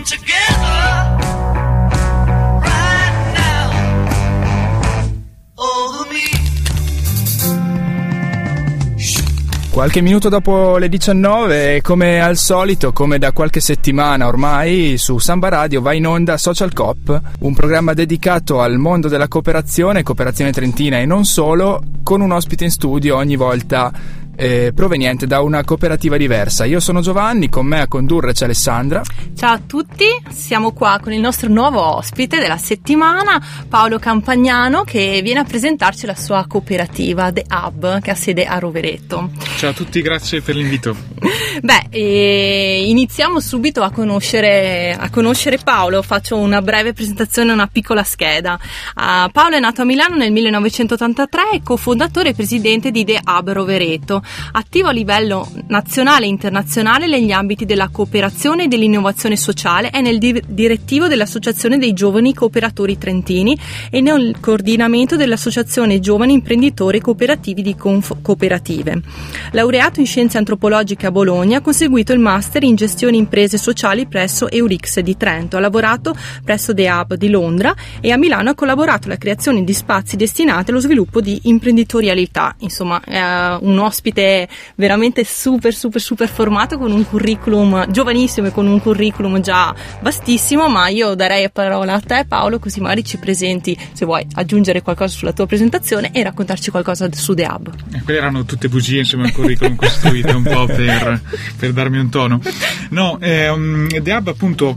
Qualche minuto dopo le 19, come al solito, come da qualche settimana ormai, su Samba Radio va in onda Social Coop, un programma dedicato al mondo della cooperazione trentina e non solo, con un ospite in studio ogni volta proveniente da una cooperativa diversa. Io sono Giovanni, con me a condurre c'è Alessandra. Ciao a tutti, siamo qua con il nostro nuovo ospite della settimana, Paolo Campagnano, che viene a presentarci la sua cooperativa The Hub, che ha sede a Rovereto. Ciao a tutti, grazie per l'invito. Iniziamo subito a conoscere Paolo. Faccio una breve presentazione, una piccola scheda. Paolo è nato a Milano nel 1983 e cofondatore e presidente di The Hub Rovereto, attivo a livello nazionale e internazionale negli ambiti della cooperazione e dell'innovazione sociale. È nel direttivo dell'Associazione dei Giovani Cooperatori Trentini e nel coordinamento dell'Associazione Giovani Imprenditori Cooperativi di Cooperative. Laureato in Scienze Antropologiche a Bologna, ha conseguito il Master in Gestione Imprese Sociali presso Eurix di Trento. Ha lavorato presso The Hub di Londra e a Milano ha collaborato alla creazione di spazi destinati allo sviluppo di imprenditorialità. Insomma, è un ospite veramente super formato, con un curriculum giovanissimo e con un curriculum già vastissimo, ma io darei la parola a te, Paolo, così magari ci presenti, se vuoi aggiungere qualcosa sulla tua presentazione e raccontarci qualcosa su The Hub. Quelle erano tutte bugie, insomma, il curriculum costruito un po' per darmi un tono. No, The Hub appunto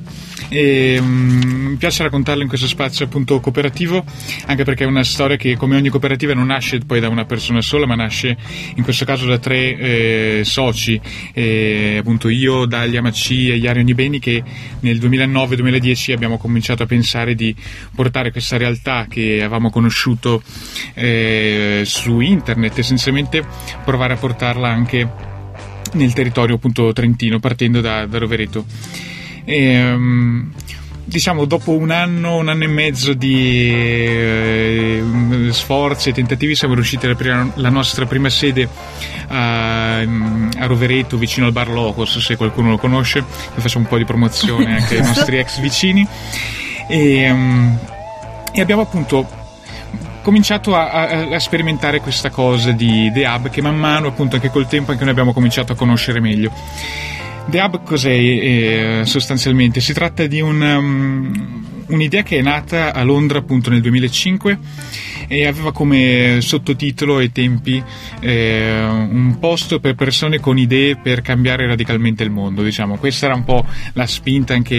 mi piace raccontarlo in questo spazio appunto cooperativo, anche perché è una storia che, come ogni cooperativa, non nasce poi da una persona sola, ma nasce in questo caso da tre soci, appunto io, Dalia Macci e Iario Nibeni, che nel 2009-2010 abbiamo cominciato a pensare di portare questa realtà che avevamo conosciuto su internet, essenzialmente provare a portarla anche nel territorio appunto trentino, partendo da Rovereto. Diciamo, dopo un anno e mezzo di sforzi e tentativi, siamo riusciti ad aprire la nostra prima sede a Rovereto, vicino al Bar Locos, se qualcuno lo conosce. Facciamo un po' di promozione anche ai nostri ex vicini, e abbiamo appunto cominciato a sperimentare questa cosa di The Hub, che man mano, appunto, anche col tempo, anche noi abbiamo cominciato a conoscere meglio. The Hub cos'è sostanzialmente? Si tratta di un'idea che è nata a Londra appunto nel 2005 e aveva come sottotitolo ai tempi un posto per persone con idee per cambiare radicalmente il mondo, diciamo. Questa era un po' la spinta anche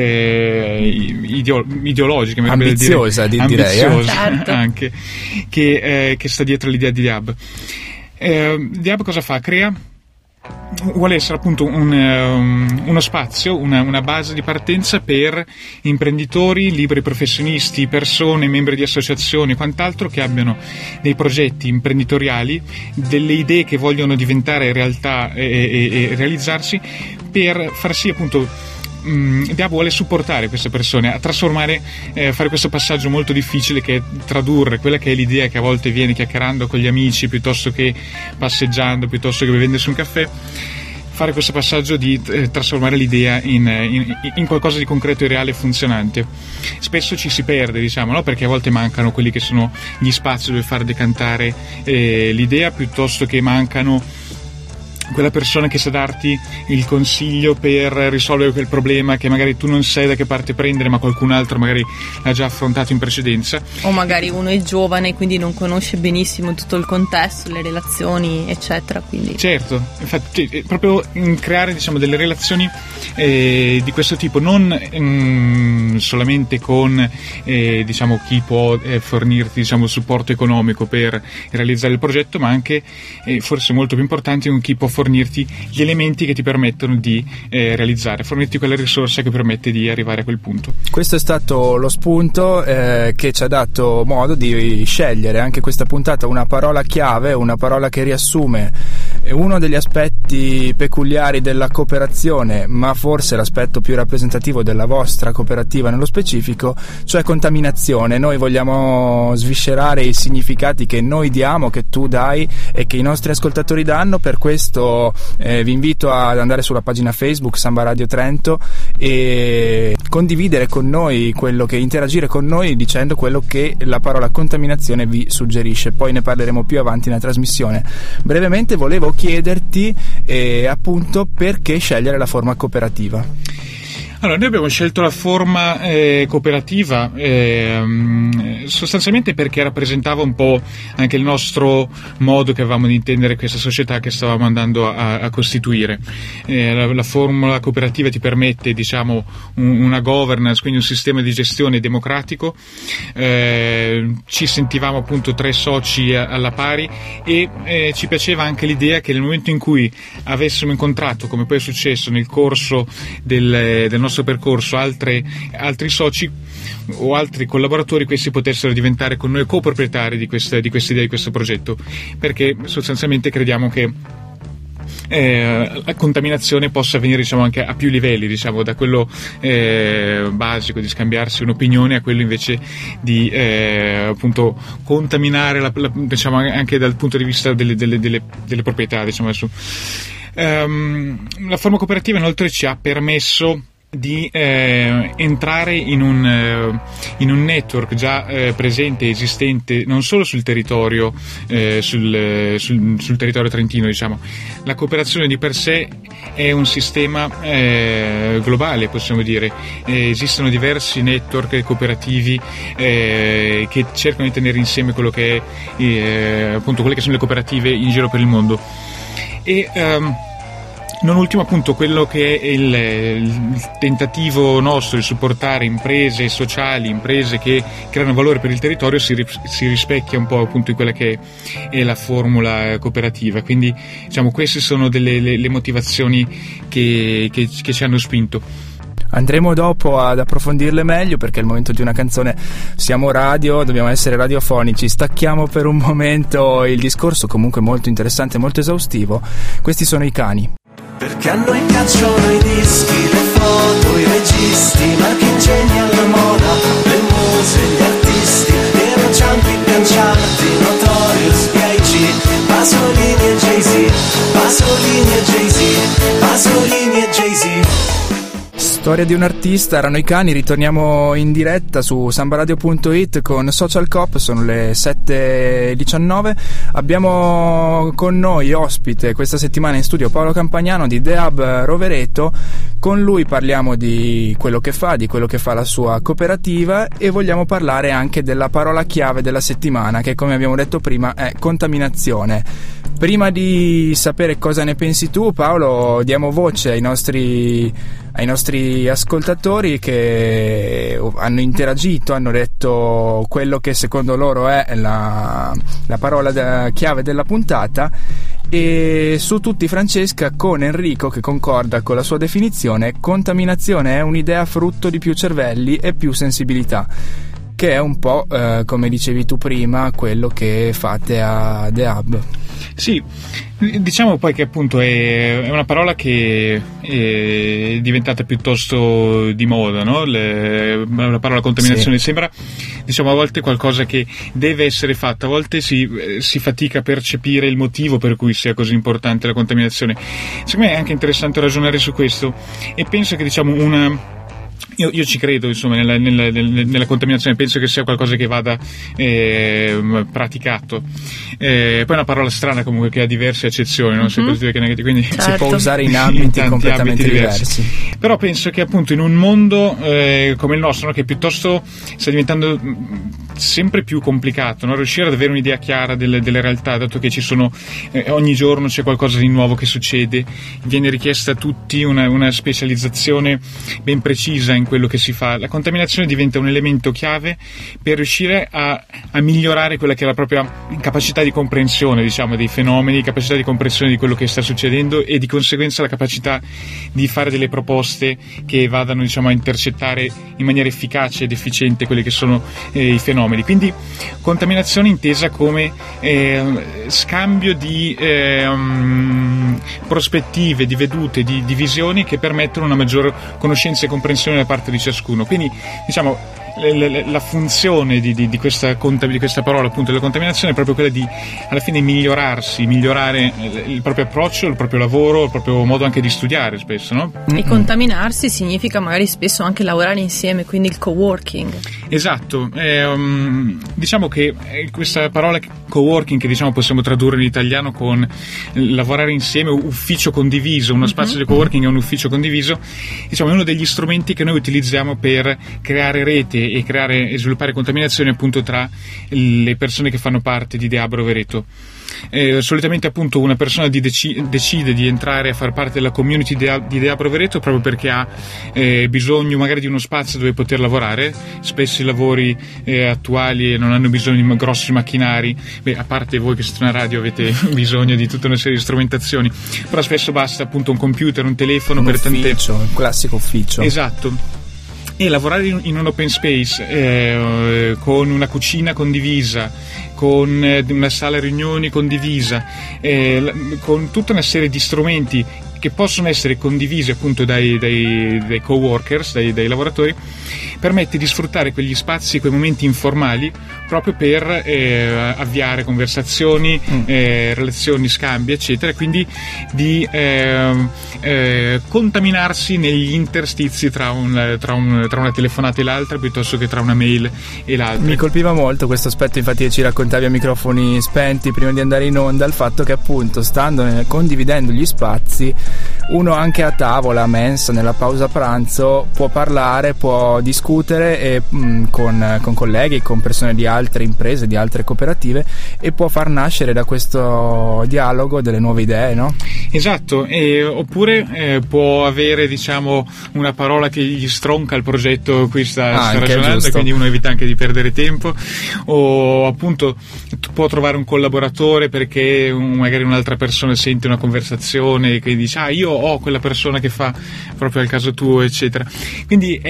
ideologica, ambiziosa, direi, certo, anche che sta dietro l'idea di The Hub. The Hub cosa fa? Vuole essere appunto uno spazio, una base di partenza per imprenditori, liberi professionisti, persone, membri di associazioni e quant'altro che abbiano dei progetti imprenditoriali, delle idee che vogliono diventare realtà e realizzarsi, per far sì appunto. The Hub vuole supportare queste persone a trasformare, fare questo passaggio molto difficile, che è tradurre quella che è l'idea che a volte viene chiacchierando con gli amici, piuttosto che passeggiando, piuttosto che bevendosi un caffè, fare questo passaggio di trasformare l'idea in qualcosa di concreto e reale e funzionante. Spesso ci si perde, diciamo, no? Perché a volte mancano quelli che sono gli spazi dove far decantare l'idea, piuttosto che mancano quella persona che sa darti il consiglio per risolvere quel problema che magari tu non sai da che parte prendere, ma qualcun altro magari l'ha già affrontato in precedenza. O magari uno è giovane, quindi non conosce benissimo tutto il contesto, le relazioni, eccetera. Quindi certo, infatti proprio creare, diciamo, delle relazioni di questo tipo, non solamente con diciamo chi può fornirti, diciamo, supporto economico per realizzare il progetto, ma anche forse molto più importante, con chi può fornirti gli elementi che ti permettono di realizzare, fornirti quella risorsa che permette di arrivare a quel punto. Questo è stato lo spunto che ci ha dato modo di scegliere anche questa puntata una parola chiave, una parola che riassume uno degli aspetti peculiari della cooperazione, ma forse l'aspetto più rappresentativo della vostra cooperativa nello specifico, cioè contaminazione. Noi vogliamo sviscerare i significati che noi diamo, che tu dai e che i nostri ascoltatori danno. Per questo vi invito ad andare sulla pagina Facebook Samba Radio Trento e condividere con noi interagire con noi dicendo quello che la parola contaminazione vi suggerisce. Poi ne parleremo più avanti nella trasmissione. Brevemente volevo chiederti appunto perché scegliere la forma cooperativa. Allora, noi abbiamo scelto la forma cooperativa sostanzialmente perché rappresentava un po' anche il nostro modo che avevamo di intendere questa società che stavamo andando a costituire. La formula cooperativa ti permette, diciamo, una governance, quindi un sistema di gestione democratico. Ci sentivamo appunto 3 soci alla pari e ci piaceva anche l'idea che nel momento in cui avessimo incontrato, come poi è successo nel corso del nostro percorso, altri soci o altri collaboratori, questi potessero diventare con noi coproprietari di questa idea, di questo progetto, perché sostanzialmente crediamo che la contaminazione possa avvenire, diciamo, anche a più livelli, diciamo, da quello basico di scambiarsi un'opinione a quello invece di appunto contaminare diciamo, anche dal punto di vista delle proprietà, diciamo. La forma cooperativa inoltre ci ha permesso di entrare in un network già presente, esistente non solo sul territorio sul territorio trentino, diciamo. La cooperazione di per sé è un sistema globale, possiamo dire. Esistono diversi network cooperativi che cercano di tenere insieme quello che è appunto quelle che sono le cooperative in giro per il mondo. E non ultimo appunto quello che è il tentativo nostro di supportare imprese sociali, imprese che creano valore per il territorio, si rispecchia un po' appunto in quella che è la formula cooperativa. Quindi, diciamo, queste sono le motivazioni che ci hanno spinto. Andremo dopo ad approfondirle meglio, perché è il momento di una canzone. Siamo radio, dobbiamo essere radiofonici. Stacchiamo per un momento il discorso, comunque molto interessante, molto esaustivo. Questi sono i Cani. Perché a noi piacciono i dischi, le foto, i registi, marchingegni alla moda, le muse, gli artisti, i roccianti piancianti, Notorious, P.I.G, Pasolini e Jay-Z, Pasolini e Jay-Z, Pasolini e Jay-Z. Storia di un artista, erano i Cani. Ritorniamo in diretta su sambaradio.it con Social Coop, sono le 7:19. Abbiamo con noi ospite questa settimana in studio Paolo Campagnano di The Hub Rovereto. Con lui parliamo di quello che fa la sua cooperativa, e vogliamo parlare anche della parola chiave della settimana, che, come abbiamo detto prima, è contaminazione. Prima di sapere cosa ne pensi tu, Paolo, diamo voce ai nostri ascoltatori che hanno interagito, hanno detto quello che secondo loro è la parola chiave della puntata. E su tutti, Francesca, con Enrico, che concorda con la sua definizione: contaminazione è un'idea frutto di più cervelli e più sensibilità, che è un po' come dicevi tu prima, quello che fate a The Hub. Sì, diciamo poi che appunto è una parola che è diventata piuttosto di moda, no? La parola contaminazione sembra, diciamo, a volte qualcosa che deve essere fatto, a volte si fatica a percepire il motivo per cui sia così importante la contaminazione. Secondo me è anche interessante ragionare su questo, e penso che, diciamo, io ci credo, insomma, nella contaminazione. Penso che sia qualcosa che vada praticato. Poi è una parola strana comunque, che ha diverse accezioni, no? Sia positive che negative, quindi si può usare in ambiti completamente diversi. Però penso che appunto in un mondo come il nostro, no? Che piuttosto sta diventando sempre più complicato, no? Riuscire ad avere un'idea chiara delle realtà, dato che ci sono ogni giorno c'è qualcosa di nuovo che succede, viene richiesta a tutti una specializzazione ben precisa in quello che si fa. La contaminazione diventa un elemento chiave per riuscire a migliorare quella che è la propria capacità di comprensione, diciamo, dei fenomeni, capacità di comprensione di quello che sta succedendo e di conseguenza la capacità di fare delle proposte che vadano, diciamo, a intercettare in maniera efficace ed efficiente quelli che sono i fenomeni. Quindi contaminazione intesa come scambio di prospettive, di vedute, di visioni che permettono una maggior conoscenza e comprensione da parte di ciascuno. Quindi, diciamo, la funzione di questa parola, appunto, della contaminazione è proprio quella di alla fine migliorare il proprio approccio, il proprio lavoro, il proprio modo anche di studiare spesso, no? E contaminarsi significa magari spesso anche lavorare insieme, quindi il coworking. Esatto, diciamo che questa parola coworking, che diciamo possiamo tradurre in italiano con lavorare insieme, ufficio condiviso, uno spazio di coworking è un ufficio condiviso, diciamo è uno degli strumenti che noi utilizziamo per creare rete e sviluppare contaminazione appunto tra le persone che fanno parte di De Hub Rovereto. Solitamente appunto una persona decide di entrare a far parte della community di De Hub Rovereto proprio perché ha bisogno magari di uno spazio dove poter lavorare. Spesso i lavori attuali non hanno bisogno di grossi macchinari, a parte voi che siete una radio avete bisogno di tutta una serie di strumentazioni, però spesso basta appunto un computer, un telefono, un classico ufficio. Esatto. E lavorare in un open space con una cucina condivisa, con una sala riunioni condivisa, con tutta una serie di strumenti che possono essere condivisi appunto dai coworkers, dai lavoratori, permette di sfruttare quegli spazi, quei momenti informali proprio per avviare conversazioni, relazioni, scambi, eccetera, quindi di contaminarsi negli interstizi tra una telefonata e l'altra, piuttosto che tra una mail e l'altra. Mi colpiva molto questo aspetto, infatti, che ci raccontavi a microfoni spenti prima di andare in onda, il fatto che appunto condividendo gli spazi, uno anche a tavola, a mensa, nella pausa pranzo può parlare, può discutere con colleghi, con persone di altre imprese, di altre cooperative, e può far nascere da questo dialogo delle nuove idee, no? Esatto, oppure può avere, diciamo, una parola che gli stronca il progetto cui sta ragionando, e quindi uno evita anche di perdere tempo, o appunto può trovare un collaboratore perché magari un'altra persona sente una conversazione che dice io ho quella persona che fa proprio al caso tuo, eccetera. Quindi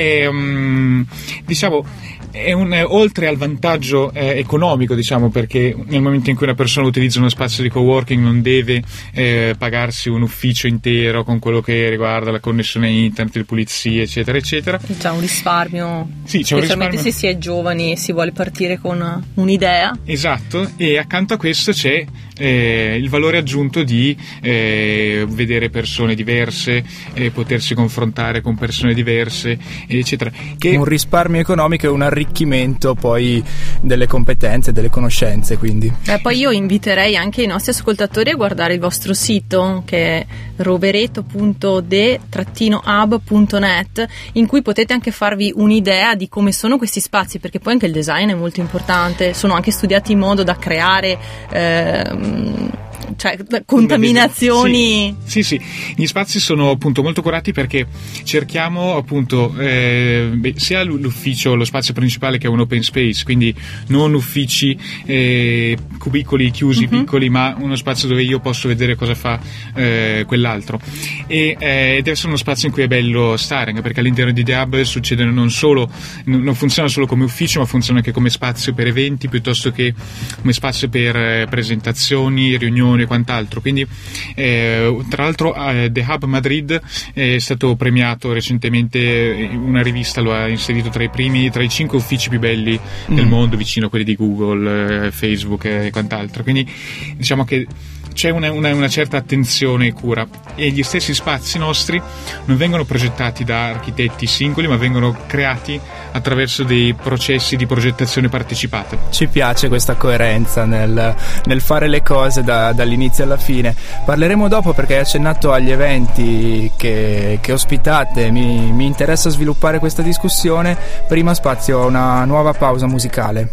diciamo è oltre al vantaggio economico, diciamo, perché nel momento in cui una persona utilizza uno spazio di coworking non deve pagarsi un ufficio intero con quello che riguarda la connessione internet, le pulizie, eccetera eccetera. C'è un risparmio, sì, specialmente se si è giovani e si vuole partire con un'idea. Esatto, e accanto a questo c'è il valore aggiunto di vedere persone diverse, potersi confrontare con persone diverse, eccetera. Un risparmio economico e un arricchimento poi delle competenze, delle conoscenze, quindi. Poi io inviterei anche i nostri ascoltatori a guardare il vostro sito, che è rovereto.de-hub.net, in cui potete anche farvi un'idea di come sono questi spazi, perché poi anche il design è molto importante, sono anche studiati in modo da creare contaminazioni. Sì, gli spazi sono appunto molto curati perché cerchiamo appunto sia l'ufficio, lo spazio principale, che è un open space, quindi non uffici cubicoli chiusi piccoli, ma uno spazio dove io posso vedere cosa fa quell'altro, e deve essere uno spazio in cui è bello stare, anche perché all'interno di The Hub succede non funziona solo come ufficio, ma funziona anche come spazio per eventi, piuttosto che come spazio per presentazioni, riunioni e quant'altro. Quindi tra l'altro The Hub Madrid è stato premiato recentemente, una rivista lo ha inserito tra i 5 uffici più belli del mondo, vicino a quelli di Google, Facebook e quant'altro. Quindi diciamo che c'è una certa attenzione e cura, e gli stessi spazi nostri non vengono progettati da architetti singoli, ma vengono creati attraverso dei processi di progettazione partecipata. Ci piace questa coerenza nel fare le cose dall'inizio alla fine. Parleremo dopo, perché hai accennato agli eventi che ospitate. Mi interessa sviluppare questa discussione. Prima spazio a una nuova pausa musicale.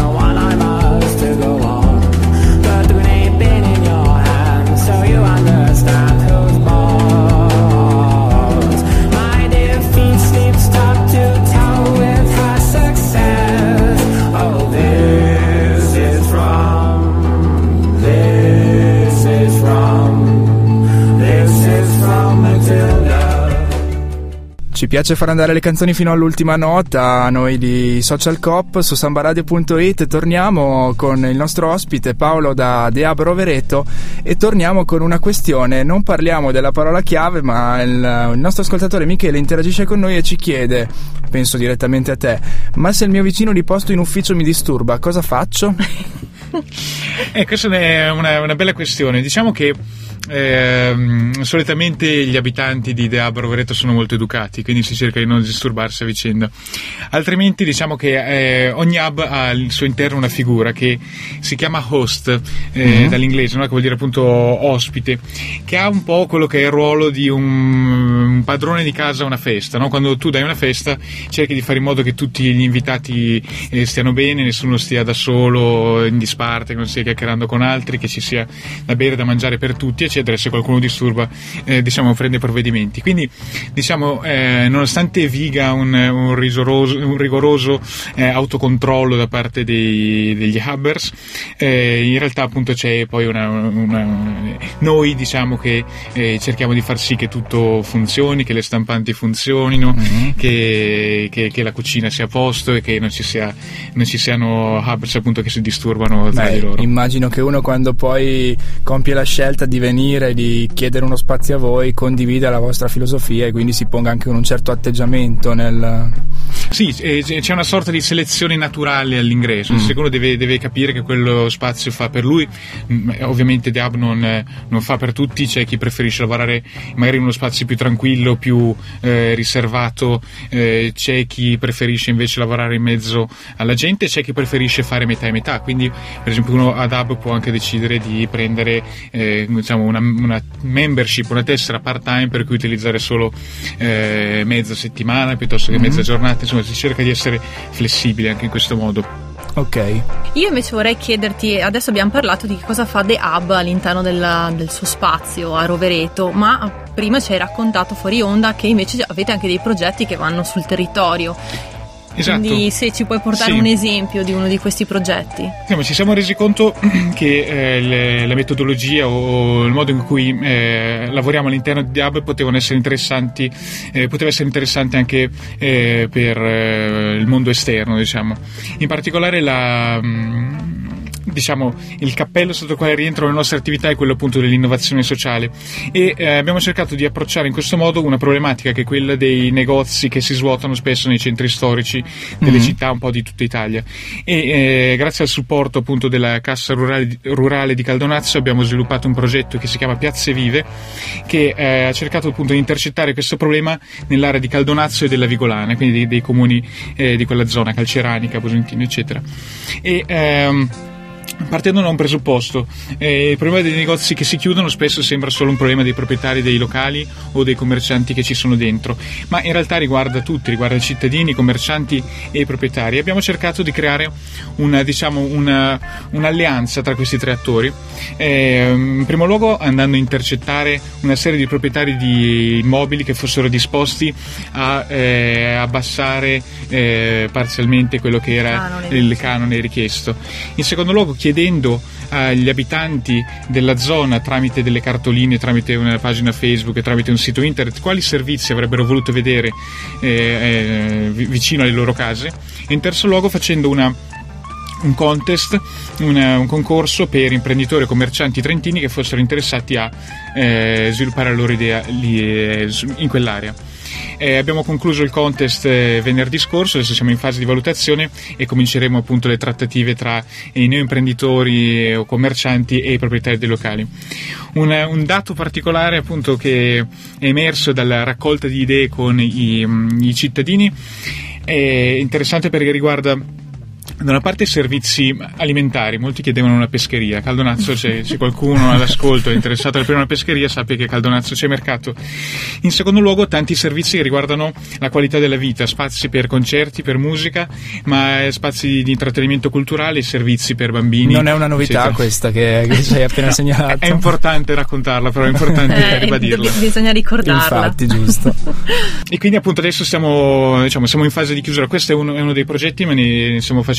Under Ci piace far andare le canzoni fino all'ultima nota, noi di Social Coop su sambaradio.it. Torniamo con il nostro ospite Paolo da The Hub Rovereto e torniamo con una questione. Non parliamo della parola chiave, ma il nostro ascoltatore Michele interagisce con noi e ci chiede, penso direttamente a te: ma se il mio vicino di posto in ufficio mi disturba, cosa faccio? Questa è una bella questione. Diciamo che solitamente gli abitanti di The Hub Rovereto sono molto educati, quindi si cerca di non disturbarsi a vicenda. Altrimenti diciamo che ogni hub ha al suo interno una figura che si chiama host, dall'inglese, no? Che vuol dire appunto ospite, che ha un po' quello che è il ruolo di un padrone di casa a una festa, no? Quando tu dai una festa cerchi di fare in modo che tutti gli invitati stiano bene, nessuno stia da solo in disparte, che non stia chiacchierando con altri, che ci sia da bere, da mangiare per tutti, eccetera. Se qualcuno disturba, diciamo, prende provvedimenti. Quindi diciamo, nonostante viga un rigoroso autocontrollo da parte degli hubbers, in realtà appunto c'è poi noi diciamo che cerchiamo di far sì che tutto funzioni, che le stampanti funzionino, che la cucina sia a posto e che non ci siano hubbers appunto che si disturbano tra di loro. Immagino che uno, quando poi compie la scelta di venire, di chiedere uno spazio a voi, condivida la vostra filosofia e quindi si ponga anche con un certo atteggiamento nel... Sì, c'è una sorta di selezione naturale all'ingresso. Se uno deve capire che quello spazio fa per lui. Ovviamente The Hub non fa per tutti, c'è chi preferisce lavorare magari in uno spazio più tranquillo, più riservato, c'è chi preferisce invece lavorare in mezzo alla gente, c'è chi preferisce fare metà e metà. Quindi per esempio uno ad Hub può anche decidere di prendere diciamo una membership, una tessera part-time per cui utilizzare solo mezza settimana piuttosto che mezza giornata. Insomma, si cerca di essere flessibili anche in questo modo. Ok. Io invece vorrei chiederti, adesso abbiamo parlato di cosa fa The Hub all'interno del suo spazio a Rovereto, ma prima ci hai raccontato fuori onda che invece avete anche dei progetti che vanno sul territorio. Esatto. Quindi se ci puoi portare un esempio di uno di questi progetti. Ci siamo resi conto che la metodologia o il modo in cui lavoriamo all'interno di Hub poteva essere interessante anche per il mondo esterno, diciamo. In particolare il cappello sotto il quale rientrano le nostre attività è quello appunto dell'innovazione sociale e abbiamo cercato di approcciare in questo modo una problematica che è quella dei negozi che si svuotano spesso nei centri storici delle città un po' di tutta Italia e grazie al supporto appunto della Cassa Rurale di Caldonazzo abbiamo sviluppato un progetto che si chiama Piazze Vive, che ha cercato appunto di intercettare questo problema nell'area di Caldonazzo e della Vigolana, quindi dei comuni di quella zona, Calceranica, Posentino eccetera. Partendo da un presupposto, il problema dei negozi che si chiudono spesso sembra solo un problema dei proprietari dei locali o dei commercianti che ci sono dentro, ma in realtà riguarda tutti, riguarda i cittadini, i commercianti e i proprietari. Abbiamo cercato di creare un'alleanza tra questi tre attori, in primo luogo andando a intercettare una serie di proprietari di immobili che fossero disposti a abbassare parzialmente quello che era il canone richiesto. In secondo luogo chiedendo agli abitanti della zona, tramite delle cartoline, tramite una pagina Facebook e tramite un sito internet, quali servizi avrebbero voluto vedere vicino alle loro case, e in terzo luogo facendo un contest, un concorso per imprenditori e commercianti trentini che fossero interessati a sviluppare la loro idea lì, in quell'area. Abbiamo concluso il contest venerdì scorso, adesso siamo in fase di valutazione e cominceremo appunto le trattative tra i neoimprenditori o commercianti e i proprietari dei locali. Un dato particolare appunto che è emerso dalla raccolta di idee con i cittadini è interessante perché riguarda da una parte i servizi alimentari. Molti chiedevano una pescheria. A Caldonazzo se qualcuno all'ascolto è interessato ad aprire una pescheria, sappia che a Caldonazzo c'è mercato. In secondo luogo tanti servizi che riguardano la qualità della vita, spazi per concerti, per musica, ma spazi di intrattenimento culturale, servizi per bambini. Non è una novità eccetera. Questa che ci hai appena segnalato. È importante raccontarla, però è importante ribadirla. Bisogna ricordarla. Infatti, giusto. E quindi appunto adesso siamo in fase di chiusura. Questo è uno dei progetti, ma ne stiamo facendo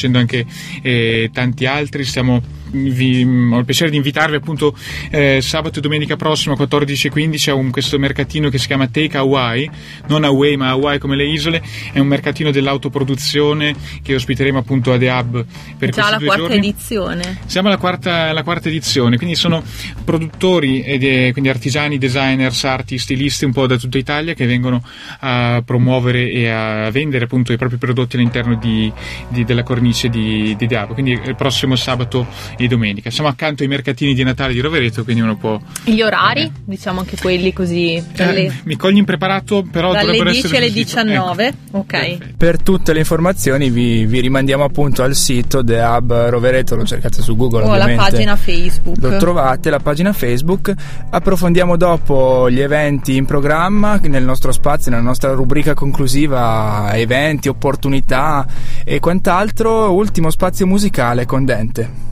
facendo anche tanti altri. Ho il piacere di invitarvi appunto sabato e domenica prossima 14 e 15 a questo mercatino che si chiama Take Hawaii, non Hawaii ma Hawaii come le isole. È un mercatino dell'autoproduzione che ospiteremo appunto a The Hub per già questi la 2 quarta giorni. edizione. Siamo alla quarta edizione, quindi sono produttori quindi artigiani, designers, arti, stilisti un po' da tutta Italia che vengono a promuovere e a vendere appunto i propri prodotti all'interno della cornice di The Hub. Quindi il prossimo sabato e domenica siamo accanto ai mercatini di Natale di Rovereto, quindi uno può. Gli orari, diciamo anche quelli così mi cogli impreparato, però dalle dovrebbero 10 essere alle sul sito. 19. Ecco. Ok. Perfetto. Per tutte le informazioni vi rimandiamo appunto al sito The Hub Rovereto, lo cercate su Google O alla ovviamente. pagina Facebook. Lo trovate, la pagina Facebook. Approfondiamo dopo gli eventi in programma nel nostro spazio, nella nostra rubrica conclusiva, eventi, opportunità e quant'altro. Ultimo spazio musicale con Dente.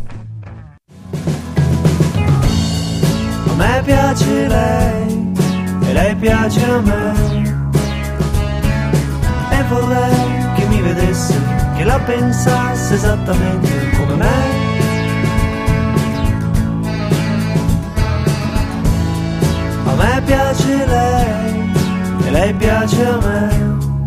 A me piace lei e lei piace a me, e vorrei che mi vedesse, che la pensasse esattamente come me. A me piace lei e lei piace a me.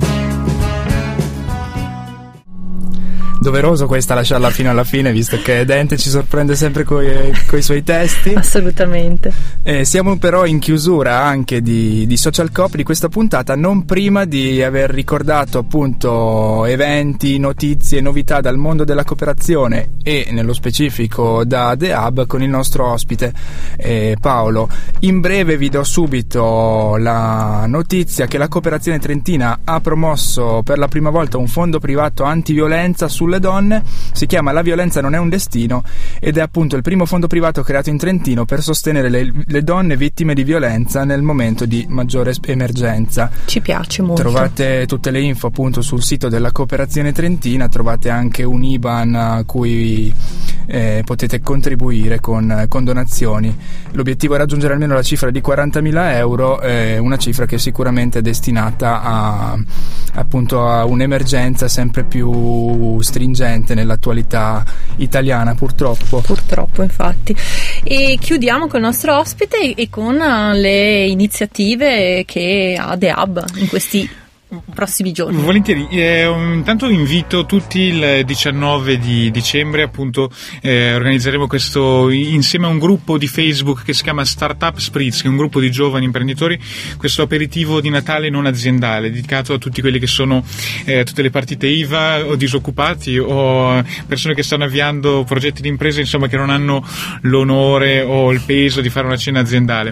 Doveroso questa lasciarla fino alla fine, visto che Dente ci sorprende sempre coi suoi testi. Assolutamente. Siamo però in chiusura anche di Social Coop di questa puntata, non prima di aver ricordato appunto eventi, notizie, novità dal mondo della cooperazione e nello specifico da The Hub con il nostro ospite Paolo. In breve vi do subito la notizia che la Cooperazione Trentina ha promosso per la prima volta un fondo privato antiviolenza sulle donne. Si chiama La violenza non è un destino ed è appunto il primo fondo privato creato in Trentino per sostenere le donne vittime di violenza nel momento di maggiore emergenza. Ci piace molto. Trovate tutte le info appunto sul sito della Cooperazione Trentina, trovate anche un IBAN a cui potete contribuire con donazioni. L'obiettivo è raggiungere almeno la cifra di 40.000 euro, una cifra che sicuramente è destinata appunto a un'emergenza sempre più stringente nell'attualità italiana, purtroppo. Purtroppo, infatti. E chiudiamo con il nostro ospite e con le iniziative che ha The Hub in questi prossimi giorni. Volentieri, intanto invito tutti il 19 di dicembre appunto organizzeremo questo insieme a un gruppo di Facebook che si chiama Startup Spritz, che è un gruppo di giovani imprenditori, questo aperitivo di Natale non aziendale dedicato a tutti quelli che sono tutte le partite IVA o disoccupati o persone che stanno avviando progetti di impresa, insomma, che non hanno l'onore o il peso di fare una cena aziendale.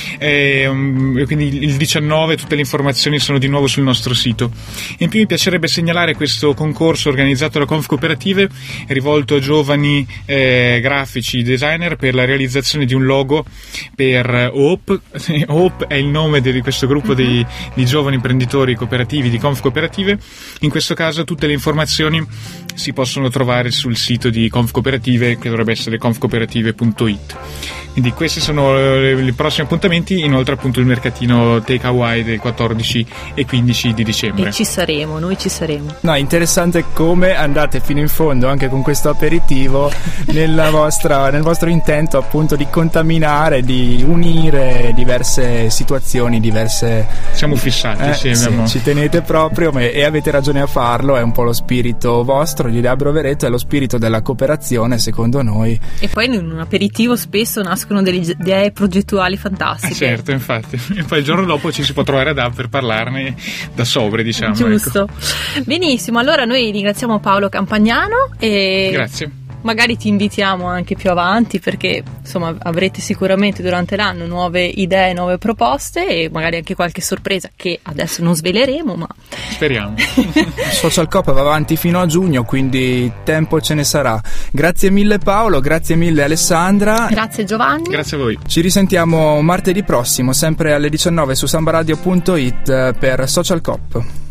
Quindi il 19 tutte le informazioni sono di nuovo sul nostro sito. In più mi piacerebbe segnalare questo concorso organizzato da Confcooperative rivolto a giovani grafici designer per la realizzazione di un logo per Hope. Hope è il nome di questo gruppo di giovani imprenditori cooperativi di Confcooperative. In questo caso tutte le informazioni si possono trovare sul sito di Confcooperative, che dovrebbe essere confcooperative.it. Quindi questi sono i prossimi appuntamenti, inoltre appunto il mercatino Take Hawaii del 14 e 15 di dicembre. E noi ci saremo. No, è interessante come andate fino in fondo anche con questo aperitivo nel vostro intento appunto di contaminare, di unire diverse situazioni, siamo fissati, sì, ci tenete proprio e avete ragione a farlo, è un po' lo spirito vostro di Hub Rovereto, è lo spirito della cooperazione secondo noi. E poi in un aperitivo spesso nascono delle idee progettuali fantastiche. Certo, infatti. E poi il giorno dopo ci si può trovare ad Hub per parlarne da sobri, diciamo. Giusto. Ecco. Benissimo, allora noi ringraziamo Paolo Campagnano e grazie. Magari ti invitiamo anche più avanti perché insomma avrete sicuramente durante l'anno nuove idee, nuove proposte e magari anche qualche sorpresa che adesso non sveleremo, ma speriamo. Social Coop va avanti fino a giugno, quindi tempo ce ne sarà. Grazie mille Paolo, grazie mille Alessandra. Grazie Giovanni. Grazie a voi. Ci risentiamo martedì prossimo, sempre alle 19 su sambaradio.it per Social Coop.